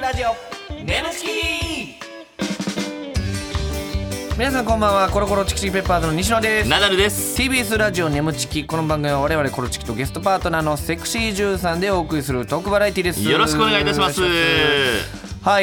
ラジオネムチキ。皆さんこんばんは。コロコロチキチキペッパーズの西野です。 ナダルです。 TBS ラジオネムチキ。この番組は我々コロチキとゲストパートナーのセクシージュンさんでお送りするトークバラエティです。 よろしくお願いいたします。 はい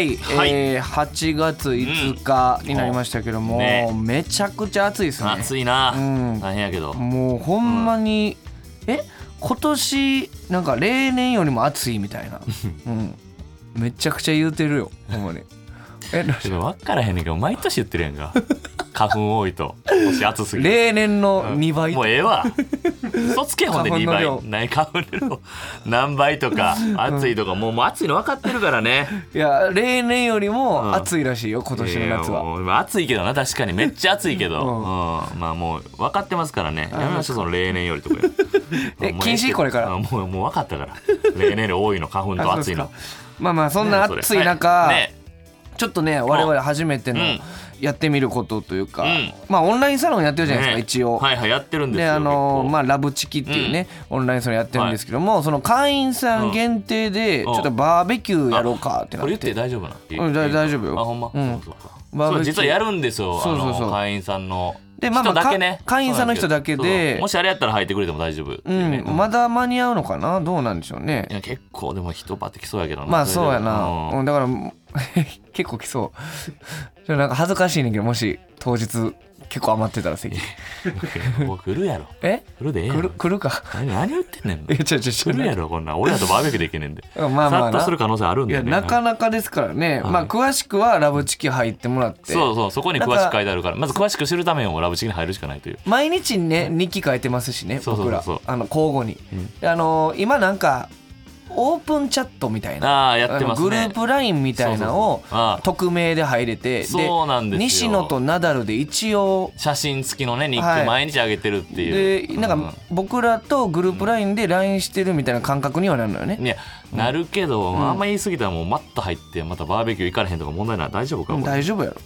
、8月5日になりましたけども、めちゃくちゃ暑いですね。 暑いな、大変やけどもうほんまに、今年なんか例年よりも暑いみたいな、めちゃくちゃ言うてるよほんまに。 分からへんねんけど毎年言ってるやんか花粉多いと今年暑すぎる例年の2倍、 もうええわ嘘つけほんで2倍ない花粉の何倍とか暑いとか、もう暑いの分かってるからね。 いや例年よりも暑いらしいよ、今年の夏は。 もう暑いけどな、確かにめっちゃ暑いけど、まあもう分かってますからね。やめましょうその例年よりとか禁止これから。 もう分かったから例年より多いの花粉と暑いの。 まあまあそんな暑い中、ちょっとね我々初めてのやってみることというか、まあオンラインサロンやってるじゃないですか、一応。 はいやってるんですよ。 でまあラブチキっていうね、オンラインサロンやってるんですけども、その会員さん限定でちょっとバーベキューやろうかってなって。 これ言って大丈夫なの？大丈夫よ。 あほんま。 そう実はやるんですよ。 そう会員さんので、まあ人だけね。 会員さんの人だけで、 もしあれやったら入ってくれても大丈夫。 まだ間に合うのかな、どうなんでしょうね。 いや結構でも人バってきそうやけどな。 まあそうやな、だから結構来そうなんか恥ずかしいねんけど、もし当日結構余ってたら席来るやろ。来るでええやろ。 来るか。 何言ってんねん。 来るやろこんな。俺らとバーベキューできねんで。 まあまあさっとする可能性あるんでね。 いやなかなかですからね。まあ詳しくはラブチキ入ってもらって。 そうそこに詳しく書いてあるから、まず詳しく知るためにもラブチキに入るしかないという。 毎日ね日記書いてますしね、僕ら交互に。今なんかオープンチャットみたいな、 やってますね、 グループ LINE みたいなのを匿名で入れて、 そうなんですよ。 西野とナダルで一応写真付きのね日記毎日上げてるっていう、 でなんか僕らとグループ LINE で LINE してるみたいな感覚にはなるのよね。 いやなるけど、あんま言い過ぎたらもうマット入ってまたバーベキュー行かれへんとか問題ない。大丈夫か？ 大丈夫やろ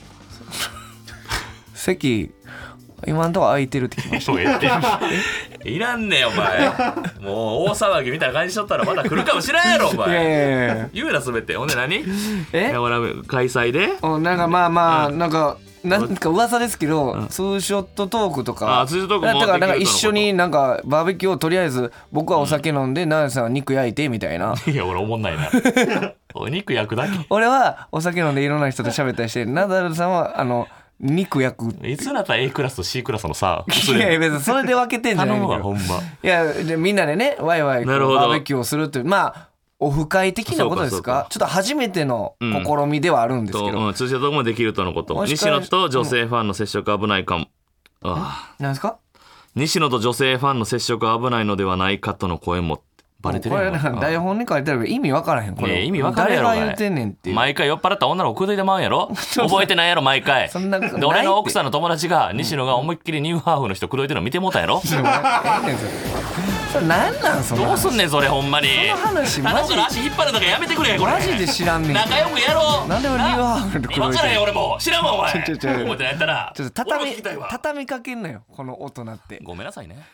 席今んとこ空いてるって聞きましたいらんねんお前もう大騒ぎみたいな感じしとったらまた来るかもしれんやろお前。言うな全て。ほんで何開催でなんかまあなんか噂ですけど、ツーショットトークとか、だからなんか一緒になんかバーベキューをとりあえず僕はお酒飲んで、ナダルさんは肉焼いてみたいな。 いや俺おもんないなお肉焼くだけ。 俺はお酒飲んでいろんな人と喋ったりして、ナダルさんは肉焼く。 いつになったら A クラスと C クラスのさいや別にそれで分けてんじゃないんだよ。 ほんまいやでみんなでねワイワイバーベキューをするっていう、まあオフ会的なことですか。ちょっと初めての試みではあるんですけど、 通常どこもできるとのこと。西野と女性ファンの接触危ないかも。 なんですか？ 西野と女性ファンの接触危ないのではないかとの声もバレてるやん。 これ台本に書いてあるけど意味分からへん。これ意味分からへんやろ。 誰が言うてんねんっていう。 毎回酔っ払った女の子口説いてまうんやろ覚えてないやろ毎回。 そんなで俺の奥さんの友達が西野が思いっきりニューハーフの人口説いてるの見てもうたんやろそれ何なんそのどうすんねんそれ。ほんまにその話ただその足引っ張るとかやめてくれこれ。 マジで知らんねん。 仲良くやろう。 なんで俺ニューハーフの口説いてる。 分からへん俺も知らんわお前。 覚えてないやったらちょっと畳みかけんなよこの大人って。 ごめんなさいね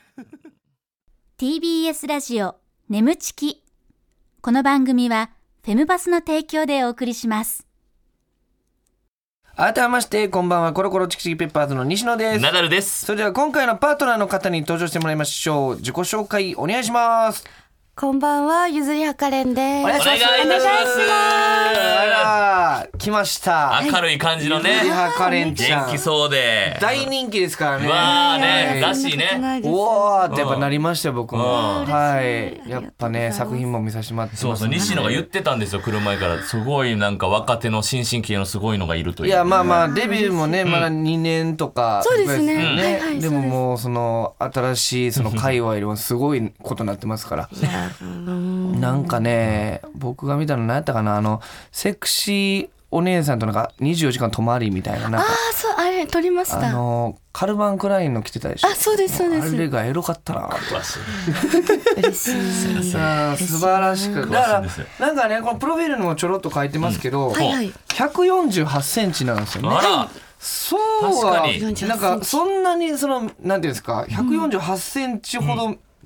TBS ラジオ眠ちき。この番組はフェムバスの提供でお送りします。 改めましてこんばんは。コロコロチキチキペッパーズの西野です。 ナダルです。 それでは今回のパートナーの方に登場してもらいましょう。自己紹介お願いします。 こんばんは、ゆずりはかれんです。 お願いします。 お願いします。 あら来ました。 明るい感じのね、 ゆずりはかれんちゃん元気そうで大人気ですからね。 わあね、らしいね。 おーってやっぱなりましたよ僕も。はいやっぱね作品も見させてもらってます。 そう西野が言ってたんですよ。来る前からすごいなんか若手の新進気鋭のすごいのがいるという。 いやまあまあデビューもねまだ2年とかそうですね。 でももうその新しいその界隈でもすごいことになってますから。なんかね僕が見たの何やったかな、セクシーお姉さんとなんか24時間泊まりみたいな、なんかそうあれ撮りました。 カルバンクラインの着てたでしょ。 そうですそうです。 あれがエロかったな。 嬉しい。 素晴らしく。だからなんかねこのプロフィールにもちょろっと書いてますけど、148センチなんですよね。 あらそうはなんかそんなにそのなんていうんですか、148センチほど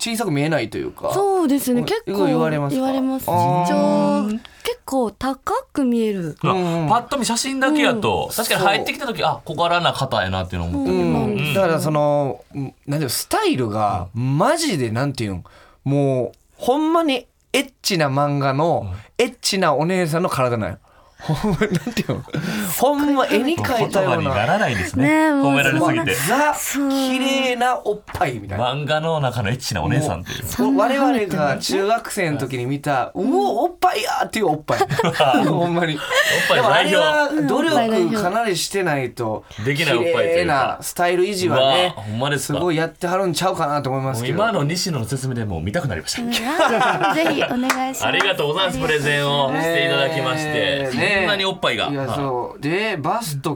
小さく見えないというか。 そうですね、結構言われますか。 言われます。結構高く見える。 パッと見写真だけやと、確かに入ってきた時小柄な方やなっていうのを思って、 だからそのなんていうスタイルがマジでなんていうんもうほんまにエッチな漫画のエッチなお姉さんの体なんよ。ほんまなんていうのほんま絵に描いたよう言葉になならないですね。褒められすぎて。 ザ綺麗なおっぱいみたいな。 漫画の中のエッチなお姉さんっていう。 我々が中学生の時に見たうおおっぱいやっていうおっぱいほんまに。 おっぱいの代でもあれ表。 は努力かなりしてないとできないおっぱいというか綺麗なスタイル維持はねうわほんまですか。 すごいやってはるんちゃうかなと思いますけど。 今の西野の説明でもう見たくなりました。 ぜひお願いします。 ありがとうございます。プレゼンをしていただきまして、そんなにおっぱいが。 いやそうでバスト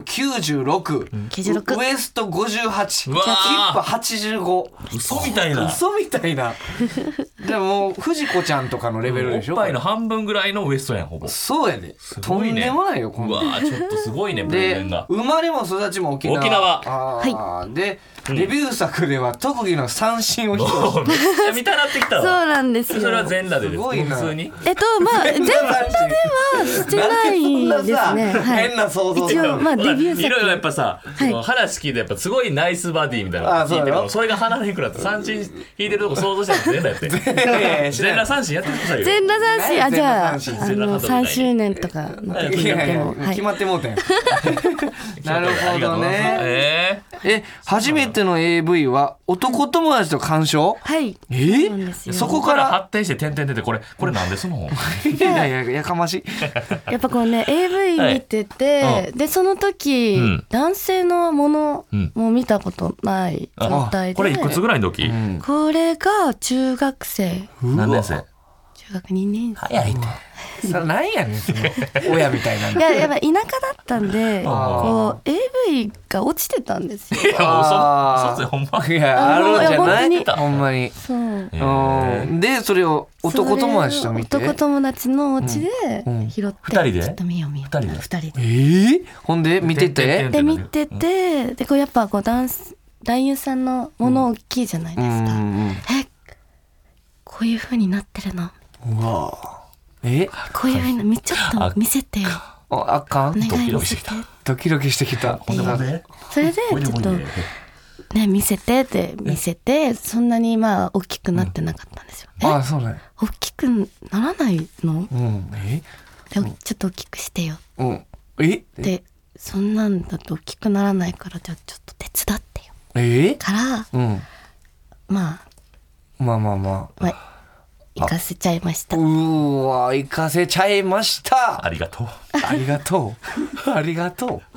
96、ウエスト58、ヒうわップ85。 嘘みたいな。 嘘みたいな。でも藤子ちゃんとかのレベルでしょ。 おっぱいの半分ぐらいのウエストやんほぼ。 そうやで。とごいねんでもないよこんな。 うわちょっとすごいねプレゼでンが。 生まれも育ちも沖縄。でデビュー作では特技の三振を披露めっちゃ見たなってきたわ。 そうなんですよ。 それは全裸でですか。 すごいな普通に。 まあ全裸ではしてないですね。 変な想像。 一応まあデビュー作。 いろいろやっぱさ、話聞いてやっぱすごいナイスバディみたいなの聞いてもそれが離れへんくなって三振引いてるとこ想像したら全裸やって。全裸三振やってくださいよ。 全裸三振じゃあ3周年とかの時にでも決まってもうたよ。なるほどね。初めての AV は男友達と鑑賞。そこから発展して点々出てこれなんですの。 いやいややかましい。 やっぱこうね AV 見てて、でその時、男性のものも見たことない状態で。 これいくつぐらいの時？ これが中学生。 何年生？ 中学2年生。 早いね。 それ何やねんその親みたいな。 いややっぱ田舎だったんでこう AV が落ちてたんですよ。 いや嘘つほんま。 いやあるんじゃない？ほんまに。 そうでそれを男友達と見て。 男友達のお家で拾って。 2人で？ ちょっと見よう見よう。2人で。 ほんで見てて。 で見ててでこうやっぱこう男優さんのもの大きいじゃないですか。こういう風になってるの。 うわこういう風にちょっと見せてよ。 あかん。 ドキドキしてきた。 ドキドキしてきた。 それでちょっとね見せてって見せてそんなにまあ大きくなってなかったんですよ。 あそうね。 大きくならないの？ でちょっと大きくしてよ。でそんなんだと大きくならないからじゃあちょっと手伝ってよ。からまあ行かせちゃいました。 うわ行かせちゃいました。 ありがとう。 ありがとう。ありがとう。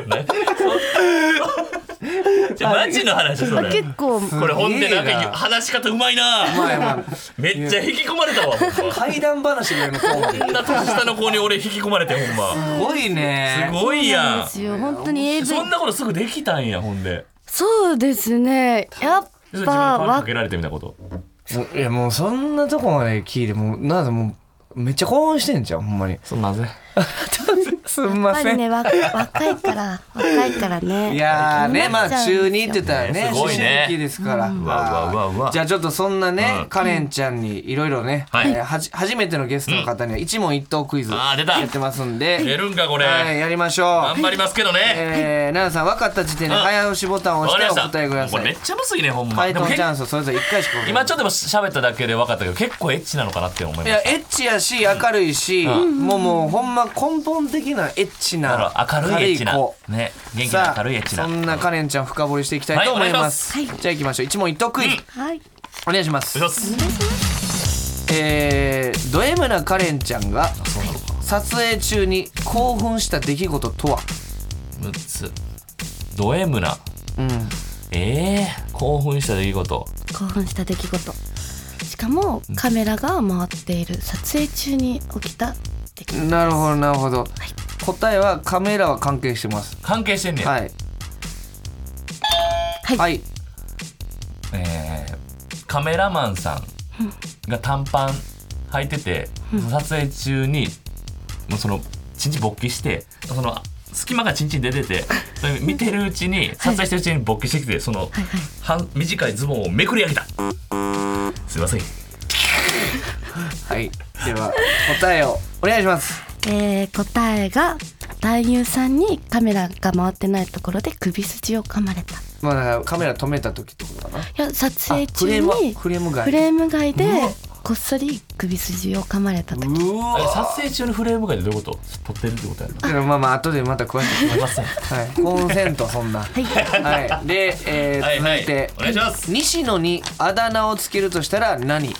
じゃマジの話それ。 結構これほんでなんか話し方うまいな。めっちゃ引き込まれたわ。 怪談話ぐらいのトーン。 こんな年下の子に俺引き込まれてほんま。 すごいね。 すごいやん。本当に AV。 そんなことすぐできたんやほんで。 そうですね。やっぱかけられてみたこと。 いやもうそんなとこまで聞いてもうなんかもうめっちゃ興奮してんじゃんほんまに。 そんなぜ。 すんません。 やっぱりね若いからね。 いやねまあ中2って言ったらねすごいね。 思春期ですから。じゃあちょっとそんなねカレンちゃんにいろいろね初めてのゲストの方には一問一答クイズやってますんで。 出るんかこれ。 やりましょう。 頑張りますけどね。 奈々さん分かった時点で早押しボタンを押してお答えください。 これめっちゃむずいねほんま。 回答チャンスそれぞれ1回しか。 今ちょっと喋っただけで分かったけど結構エッチなのかなって思いました。 いやエッチやし明るいしもうほんま根本的なエッチな明るいエッチなね元気な明るいエッチな。 そんなカレンちゃん深掘りしていきたいと思います。じゃあ行きましょう。一問一答クイズお願いします。ド M なカレンちゃんが撮影中に興奮した出来事とは。 6つド M な興奮した出来事。 興奮した出来事しかもカメラが回っている撮影中に起きた出来事です。 なるほどなるほど。答えはカメラは関係してます。 関係してんねん。 はいカメラマンさんが短パン履いてて撮影中にもうそのチンチン勃起してその隙間がチンチン出ててそれ見てるうちに撮影してるうちに勃起してきてその短いズボンをめくり上げた。 すいません。 はい、では答えをお願いします。 答えが男優さんにカメラが回ってないところで首筋を噛まれた。 まあだからカメラ止めた時ってことかな。 いや撮影中にフレーム外でこっそり首筋を噛まれた時。 撮影中にフレーム外でどういうこと？撮ってるってことやな。 まあ後でまた詳しく聞きます。はい、コンセントそんな。はい。で、続いて、 お願いします。 西野にあだ名をつけるとしたら何？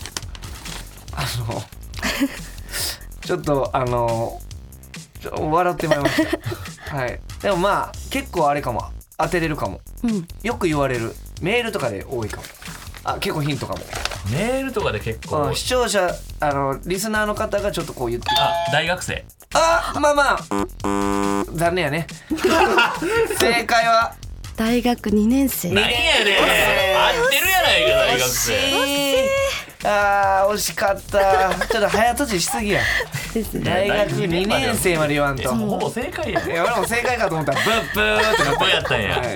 ちょっと笑ってまいりました。はい。でもまあ結構あれかも、当てれるかも。よく言われるメールとかで多いかも。結構ヒントかも。 メールとかで結構視聴者リスナーの方がちょっとこう言って大学生。 まあ残念やね。正解は大学2年生。 何やねん、合ってるやないか大学生。 惜しかった。ちょっと早とちりしすぎや。大学2年生まで言わんと。 ほぼ正解や。 いや俺も正解かと思ったらブッブーってなったやったんや。 はい。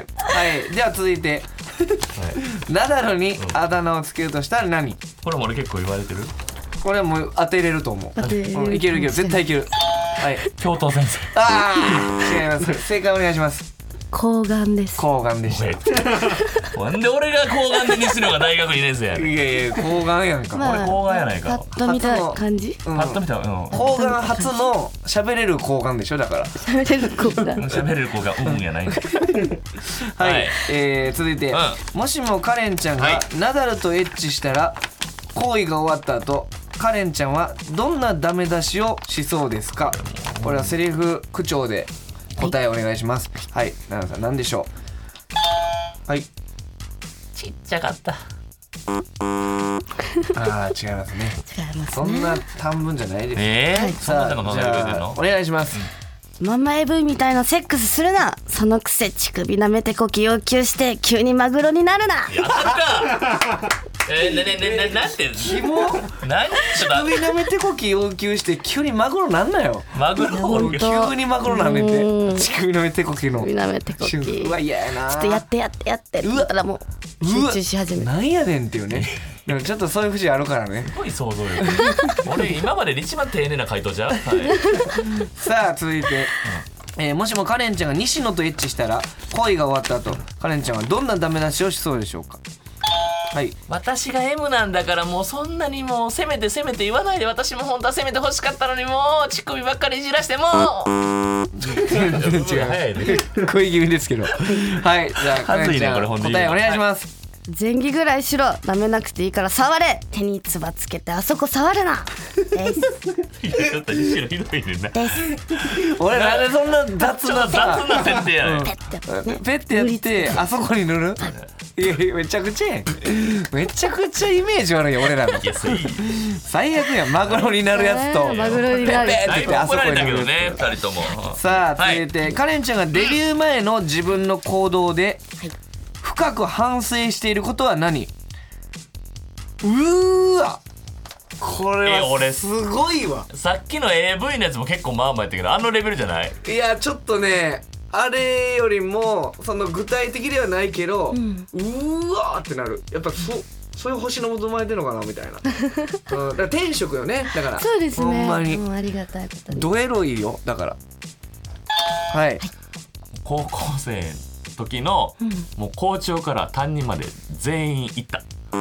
では続いてナダルにあだ名をつけるとしたら何？ これも俺結構言われてる。 これもう当てれると思う。いける絶対いける。はい。 教頭先生。 違います。正解お願いします。 睾丸です。 睾丸でした。 なんで俺が睾丸で西野が大学2年生やねん。 いや睾丸やんか。 俺睾丸やないか。 パッと見た感じ？ パッと見た。 睾丸初の喋れる睾丸でしょだから。 喋れる睾丸。 喋れる子がやない。 はい。続いてもしもカレンちゃんがナダルとエッチしたら行為が終わった後カレンちゃんはどんなダメ出しをしそうですか？これはセリフ口調で答えお願いします。はい、ナダルさん何でしょう？はい。 ちっちゃかった。 違いますね。 違いますね。 そんな短文じゃないです。 さあじゃあお願いします。 ママ AV みたいなセックスするな。そのくせ乳首舐めてこき要求して急にマグロになるな。 やったか。なんてキモ。 何？ 乳首舐めてこき要求して急にマグロなんなよ。 マグロ急にマグロなんねんて。乳首舐めてこきの。 乳首舐めてこき。 うわ嫌やな。 ちょっとやってって言ったらもう集中し始めた。 なんやねんっていうね。でもちょっとそういう節あるからね。 すごい想像力。俺今までで一番丁寧な回答じゃん。 さあ続いて、もしもカレンちゃんが西野とエッチしたら恋が終わった後カレンちゃんはどんなダメ出しをしそうでしょうか？はい。 私が M なんだからもうそんなにもう攻めて言わないで。私も本当は攻めて欲しかったのにもう乳首ばっかりいじらしても全然違う。早いね。食い気味ですけど。はい。じゃあカレンちゃん答えお願いします。 前戯ぐらいしろ。舐めなくていいから触れ。手につばつけてあそこ触るな。です。 ちょっと西野ひどいねんな。 です。 俺なんでそんな雑な設定やねん。 ペッてやってあそこに塗る？いやめちゃくちゃやん。めちゃくちゃイメージ悪いよ俺らの。最悪やん。マグロになるやつとマグロになる。 だいぶ怒られたけどね2人とも。 さあ続いてカレンちゃんがデビュー前の自分の行動で深く反省していることは何？わこれはすごいわ。 さっきの AV のやつも結構まあまあやったけどあのレベルじゃない？ いやちょっとねあれよりもその具体的ではないけど、うわーってなる。やっぱそういう星のもと生まれてるのかなみたいな。だから天職よね。だからそうですね。 ほんまにもうありがたいことにドエロいよ。だからはい、 高校生の時の、もう校長から担任まで全員行った。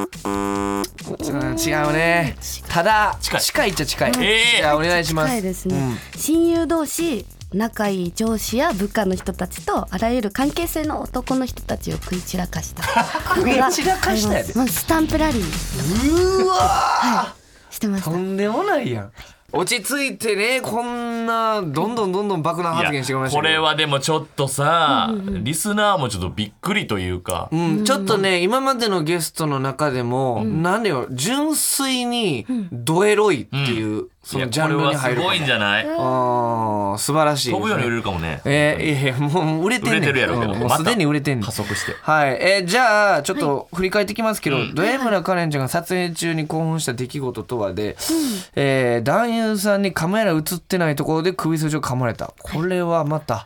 違うね。ただ近いっちゃ近い。じゃあお願いします。 近いですね。親友同士仲いい上司や部下の人たちとあらゆる関係性の男の人たちを食い散らかした。 食い散らかしたやで。 スタンプラリー。 うわー、 はい、してました。 とんでもないやん。落ち着いてね。こんなどんどん爆弾発言してきましたけど、 これはでもちょっとさ、リスナーもちょっとびっくりというか、 ちょっとね今までのゲストの中でも、なんでよ純粋にドエロいっていう、そのジャンルに入る。 これはすごいんじゃない？ 素晴らしい、 飛ぶように売れるかもね。 もう売れてんねん。 売れてるやろうけど、 もうすでに売れてんねん。 加速して。 はい。じゃあちょっと振り返ってきますけど、ド江村カレンちゃんが撮影中に興奮した出来事とはで、男優さんにカメラ映ってないところで首筋を噛まれた。これはまた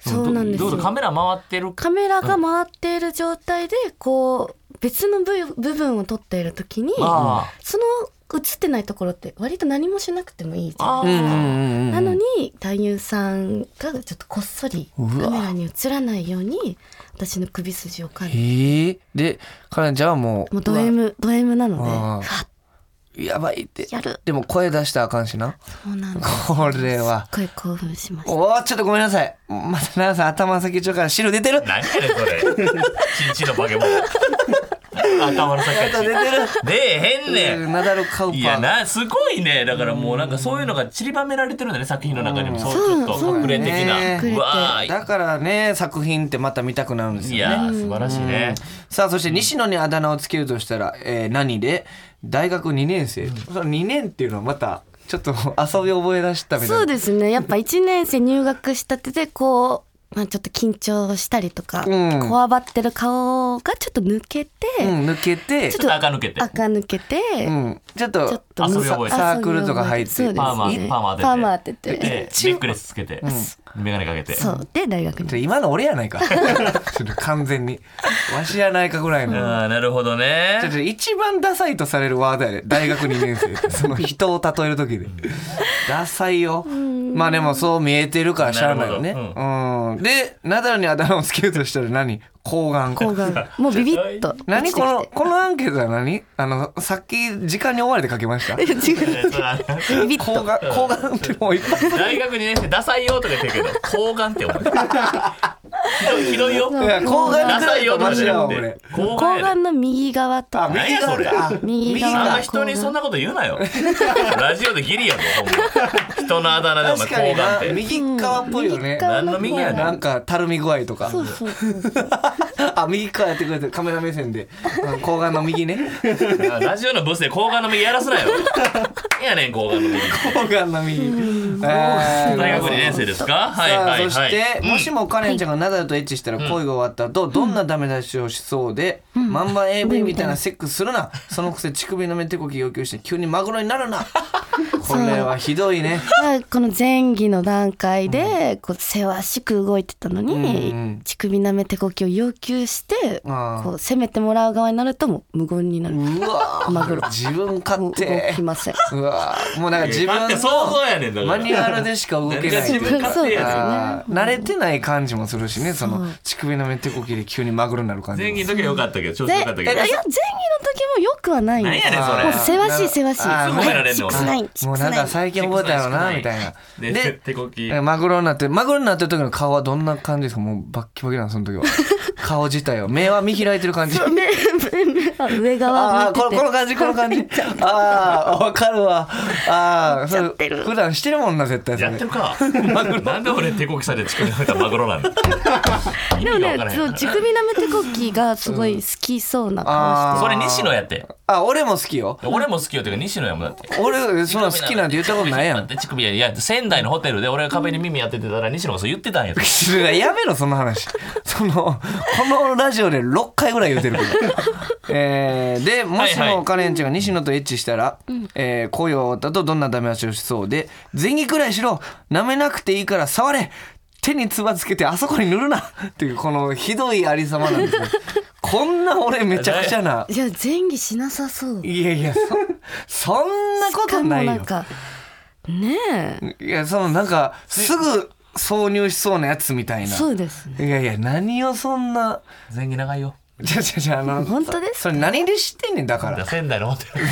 そうなんですよ。 どうカメラ回ってる、 カメラが回っている状態でこう別の部分を撮っている時に、その映ってないところって割と何もしなくてもいいじゃないですか。なのに男優さんがちょっとこっそりカメラに映らないように私の首筋を噛んで、 でカレンちゃんはもうド M なので、 やばいってやる。 でも声出したらあかんしな。 そうなんです。 これはすっごい興奮しました。 おー、ちょっとごめんなさい。また奈良さん頭先っちょから汁出てる。 何やねんそれチンチンの化け物頭の先から出てる。 出えへんねん。 ナダルカウパー。 いやすごいね。だからもうなんかそういうのが散りばめられてるんだね、作品の中にも。そうちょっと隠れ的な、うわー、 だからね作品ってまた見たくなるんですよね。 いや素晴らしいね。 さあそして西野にあだ名をつけるとしたら、何で大学2年生、その2年っていうのはまたちょっと遊び覚え出したみたいな。 そうですね、やっぱ1年生入学したてでこう、ちょっと緊張したりとか、こわばってる顔がちょっと抜けて、 ちょっと垢抜けて、 ちょっと遊び覚えて、 サークルとか入って、 パーマ当てて、ネックレスつけて、メガネかけて、 そうで大学に。 今の俺やないか完全にわしやないかぐらいの。 なるほどね。 一番ダサいとされるワードやで、大学2年生その人を例える時でダサいよ。まあでもそう見えてるからしゃあないよね。でナダルにあだ名をつけるとしたら何？睾丸。 もうビビッと。 何このアンケートは何？さっき時間に追われて書きました。 ビビッと。 睾丸ってもういっぱい。 大学2年生ダサいよとか言ってるけど、睾丸って思う。ひどいよ。 睾丸ダサいよとかじゃなくて、 睾丸の右側と。 何やそれ。 右側。 あんま人にそんなこと言うなよ。ラジオでギリやぞほんま。人のあだ名でお前睾丸って。 右側っぽいよね。 何の右やねん。 なんかたるみ具合とか。 そう右側やってくれてカメラ目線で睾丸の右ね。 ラジオのブースで睾丸の右やらすなよ。いやねん睾丸の右。 睾丸の右。 大学2年生ですか。 そしてもしもカレンちゃんがナダルとエッチしたら恋が終わった後どんなダメ出しをしそうで、まんま AV みたいなセックスするな、そのくせ乳首のめ手こき要求して急にマグロになるな。これはひどいね。 この前期の段階でこうせわしく動いてたのに、乳首なめ手こきを要求してこう攻めてもらう側になるともう無言になる。 うわマグロ自分勝手動きません。 うわもうなんか自分の想像やねんだからマニュアルでしか動けない。 自分勝手やね。慣れてない感じもするしね、その乳首なめ手こきで急にマグロになる感じ。 前期の時は良かったけど、ちょっと良かったけど。いや前期の時も良くはない。 何やねんそれ。 もうせわしい。 褒められんのもうなんか最近覚えたよなみたいな。 で手こきマグロになってる時の顔はどんな感じですか？もうバッキバキなのその時は。顔自体は目は見開いてる感じ。 上側この感じわかるわ。普段してるもんな絶対。 やってるか。なんで俺手こきされて乳首舐めたマグロなんだ。 でもね、乳首舐め手こきがすごい好きそうな顔して。 それ西野やって。 俺も好きよ。 俺も好きよってか西野やもんだって。 俺そんな好きなんて言ったことないやん。 乳首いや仙台のホテルで俺が壁に耳当ててたら西野がそう言ってたんや。 やめろその話。このラジオで6回ぐらい言うてるけど。でもしもカレンちゃんが西野とエッチしたら、恋が終わったとどんなダメ出しをしそうで、前儀くらいしろ、舐めなくていいから触れ、手につばつけてあそこに塗るなっていうこのひどいありさまなんですよ。こんな俺めちゃくちゃな。 いや前儀しなさそう。 いやそんなことないよ。 しかもなんかねえ。 いやなんかすぐ挿入しそうなやつみたいな。 そうですね。 いや何をそんな前儀長いよ。 本当ですか？ それ何で知ってんねんだから。 仙台のホテル。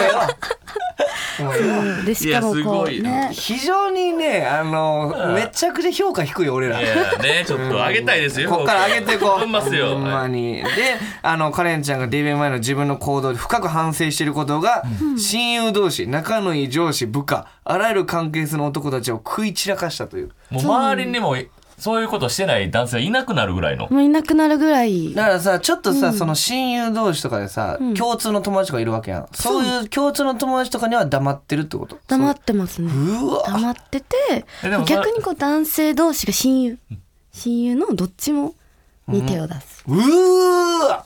でしかもこうね、 非常にねめちゃくちゃ評価低い俺ら。 いやねちょっと上げたいですよ。 こっから上げてこう。 ほんますよ。 ほんまに。でカレンちゃんがデビュー前の自分の行動で深く反省していることが、親友同士、仲のいい上司、部下、あらゆる関係性の男たちを食い散らかしたという。 もう周りにもそういうことしてない男性はいなくなるぐらいの。 もういなくなるぐらい。 だからさちょっとさ、その親友同士とかでさ、共通の友達がいるわけやん。そういう共通の友達とかには黙ってるってこと？ 黙ってますね。 うわ黙ってて、逆にこう男性同士が親友のどっちもに手を出す。 うわ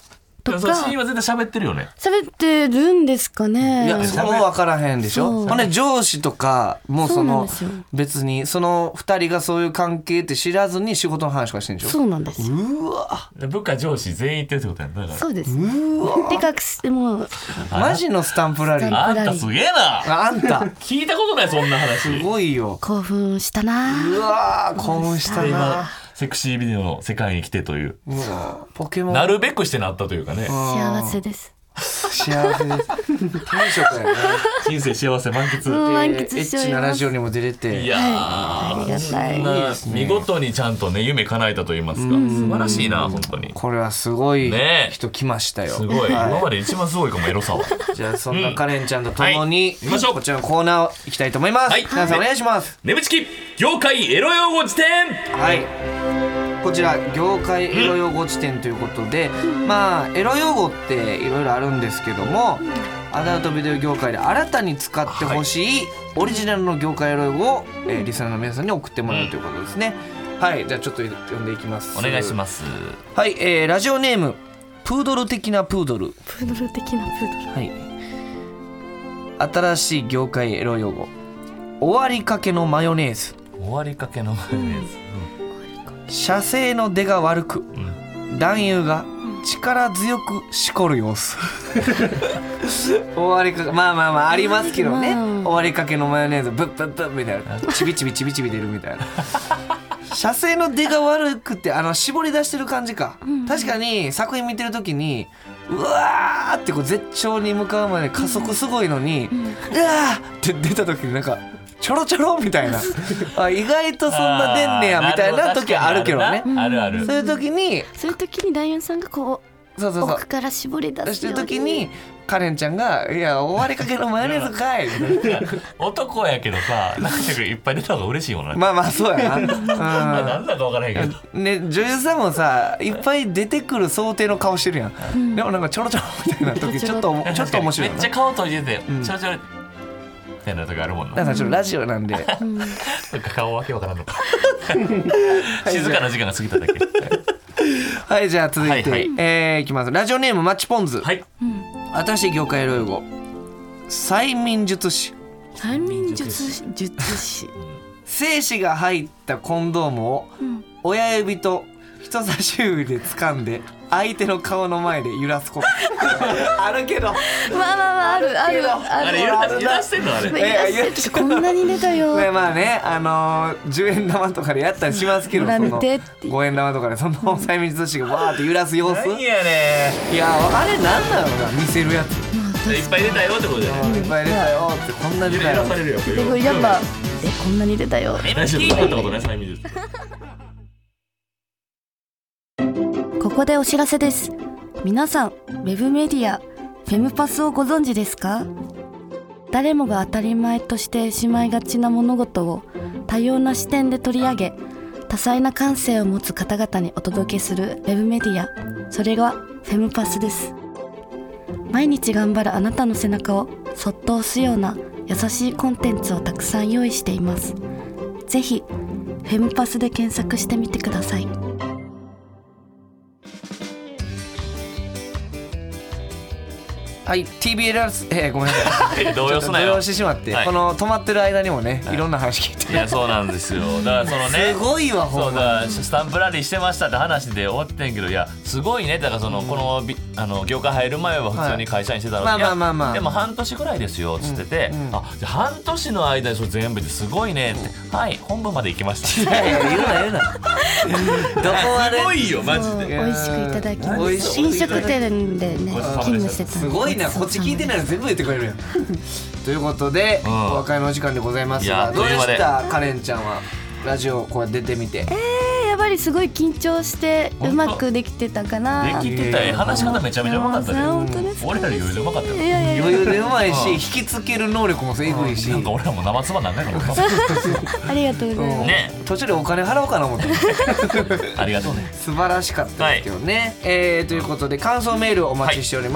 とか。 シーンは絶対喋ってるよね。 喋ってるんですかね。 いや、そこ分からへんでしょ。ほんで上司とかも別にその2人がそういう関係って知らずに仕事の話とかしてるんでしょ。 そうなんですよ。 うわ、 部下上司全員言ってるってことやんだから。 そうです。でかくしてもマジのスタンプラリー。 あんたすげえな。 あんた聞いたことないそんな話。 すごいよ。 興奮したな。 うわー、興奮したな。 セクシービデオの世界に来てという。 ポケモンなるべくしてなったというかね。 幸せです。 幸せです。天職やね。 人生幸せ満喫。 満喫エッチなラジオにも出れて。 いやー、 ありがたい。 見事にちゃんとね夢叶えたと言いますか、素晴らしいな本当に。 これはすごい人来ましたよ。 すごい、今まで一番すごいかもエロさは。 じゃあそんなカレンちゃんと共にこちらのコーナー行きたいと思います。皆さんお願いします。 眠ちき業界エロ用語辞典。 はい。こちら業界エロ用語辞典ということで、まあエロ用語っていろいろあるんですけども、アダルトビデオ業界で新たに使ってほしいオリジナルの業界エロ用語を、リスナーの皆さんに送ってもらうということですね。はい、じゃあちょっと読んでいきます。 お願いします。 はい、ラジオネームプードル的なプードル。 プードル的なプードル。 はい。新しい業界エロ用語、終わりかけのマヨネーズ。 終わりかけのマヨネーズ。 射精の出が悪く、男優が力強くしこる様子。終わりかけ、まあありますけどね。終わりかけのマヨネーズブッブッブッみたいな、ちびちびちびちび出るみたいな。射精の出が悪くって絞り出してる感じか、確かに作品見てる時にうわーってこう絶頂に向かうまで加速すごいのに、うわーって出た時になんかちょろちょろみたいなあ、意外とそんな出んねやみたいな時あるけどね。 あるある。 そういう時にダイアンさんがこう奥から絞り出してる時にカレンちゃんが「いや終わりかけのマヨネーズかい」 男やけどさ、なんかいっぱい出た方が嬉しいもんね。 まあそうやな。 なんだか分からへんけどね、女優さんもさいっぱい出てくる想定の顔してるやん、でもなんかちょろちょろみたいな時ちょっと面白い。 めっちゃ顔閉じててちょろちょろみたいな時あるもんな。 だからちょっとラジオなんで顔わけわからんのか。静かな時間が過ぎただけ。 はい、じゃあ続いていきます。ラジオネームマッチポンズ。 はい。 新しい業界エロ用語、催眠術師。 催眠術師。 精子が入ったコンドームを親指と人差し指で掴んで相手の顔の前で揺らすこと。あるけど。 まあある。 あれ揺らしてんのあれ。 こんなに出たよ。 まあね、10円玉とかでやったりしますけど、その5円玉とかでその催眠術師がわーって揺らす様子。 何やね。 いやあれなんだろうな、見せるやつ。 いっぱい出たよってことで。いっぱい出たよって、こんな出たよ。 やっぱこんなに出たよ。 大丈夫だったことね、催眠術。 ここでお知らせです。皆さん、ウェブメディアフェムパスをご存知ですか？誰もが当たり前としてしまいがちな物事を多様な視点で取り上げ、多彩な感性を持つ方々にお届けするウェブメディア、それがフェムパスです。毎日頑張るあなたの背中をそっと押すような優しいコンテンツをたくさん用意しています。ぜひフェムパスで検索してみてください。 はい、TBS、ごめんなさい。 動揺すなよ。 動揺してしまって、この止まってる間にもね、いろんな話聞いて。 いやそうなんですよ。だからそのね、 すごいわほんま。 そうだ、スタンプラリーしてましたって話で終わってんけど、いやすごいね。だからそのこの業界入る前は普通に会社員してたのに、まあでも半年ぐらいですよっつってて、あ、じゃあ半年の間でそれ全部ですごいねって、はい、本部まで行きました。 いや言うな。どこまですごいよマジで。 美味しくいただきます。飲食店でね勤務してた。 すごいな、こっち聞いてないの全部言ってくれるやん。ということで、お別れの時間でございますが、どうでしたカレンちゃんはラジオこう出てみて。 やっぱりすごい緊張してうまくできてたかな。 できてた。話し方めちゃめちゃうまかったね。俺らより余裕でうまかったよ。 余裕でうまいし、引きつける能力もエグいし、 なんか俺らも生つばなんかありがとうございます。 ね、 途中でお金払おうかな思って。 ありがとうね。 素晴らしかったですけどね。ということで感想メールをお待ちしております。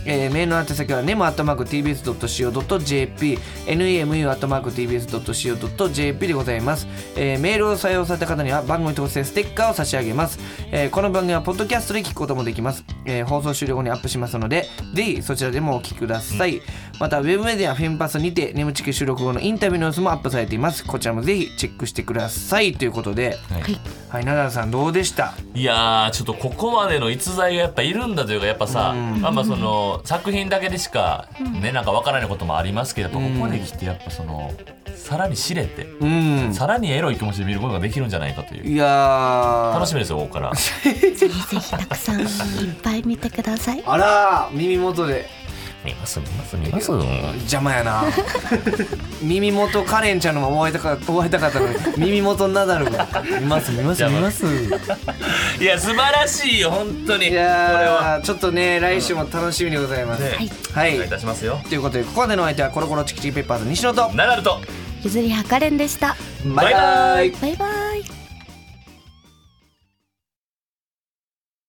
メールの宛先は nemu@tbs.co.jp nemu@tbs.co.jp でございます。メールを採用された方には番組特製ステッカーを差し上げます。この番組はポッドキャストで聞くこともできます。放送終了後にアップしますので、ぜひそちらでもお聞きください。またウェブメディアフェムパスにて眠ちき収録後のインタビューの様子もアップされています。こちらもぜひチェックしてくださいということで、はい、ナダルさんどうでした？ いやーちょっとここまでの逸材がやっぱいるんだというか、やっぱさ、まあその作品だけでしかねなんかわからないこともありますけど、ここで来てやっぱそのさらに知れて、さらにエロい気持ちで見ることができるんじゃないかという。 いや楽しみですよここから。 ぜひぜひたくさんいっぱい見てください。 あら耳元で見ます邪魔やな耳元カレンちゃんのも終わりたかったのに耳元ナダルが見ますいや素晴らしいよ本当に。 いやちょっとね来週も楽しみでございます、 はい、お願いいたしますよ。 ということでここでのお相手はコロコロチキチキペッパーズ西野とナダルとゆずりはかれんでした。 バイバイ。 バイバイ。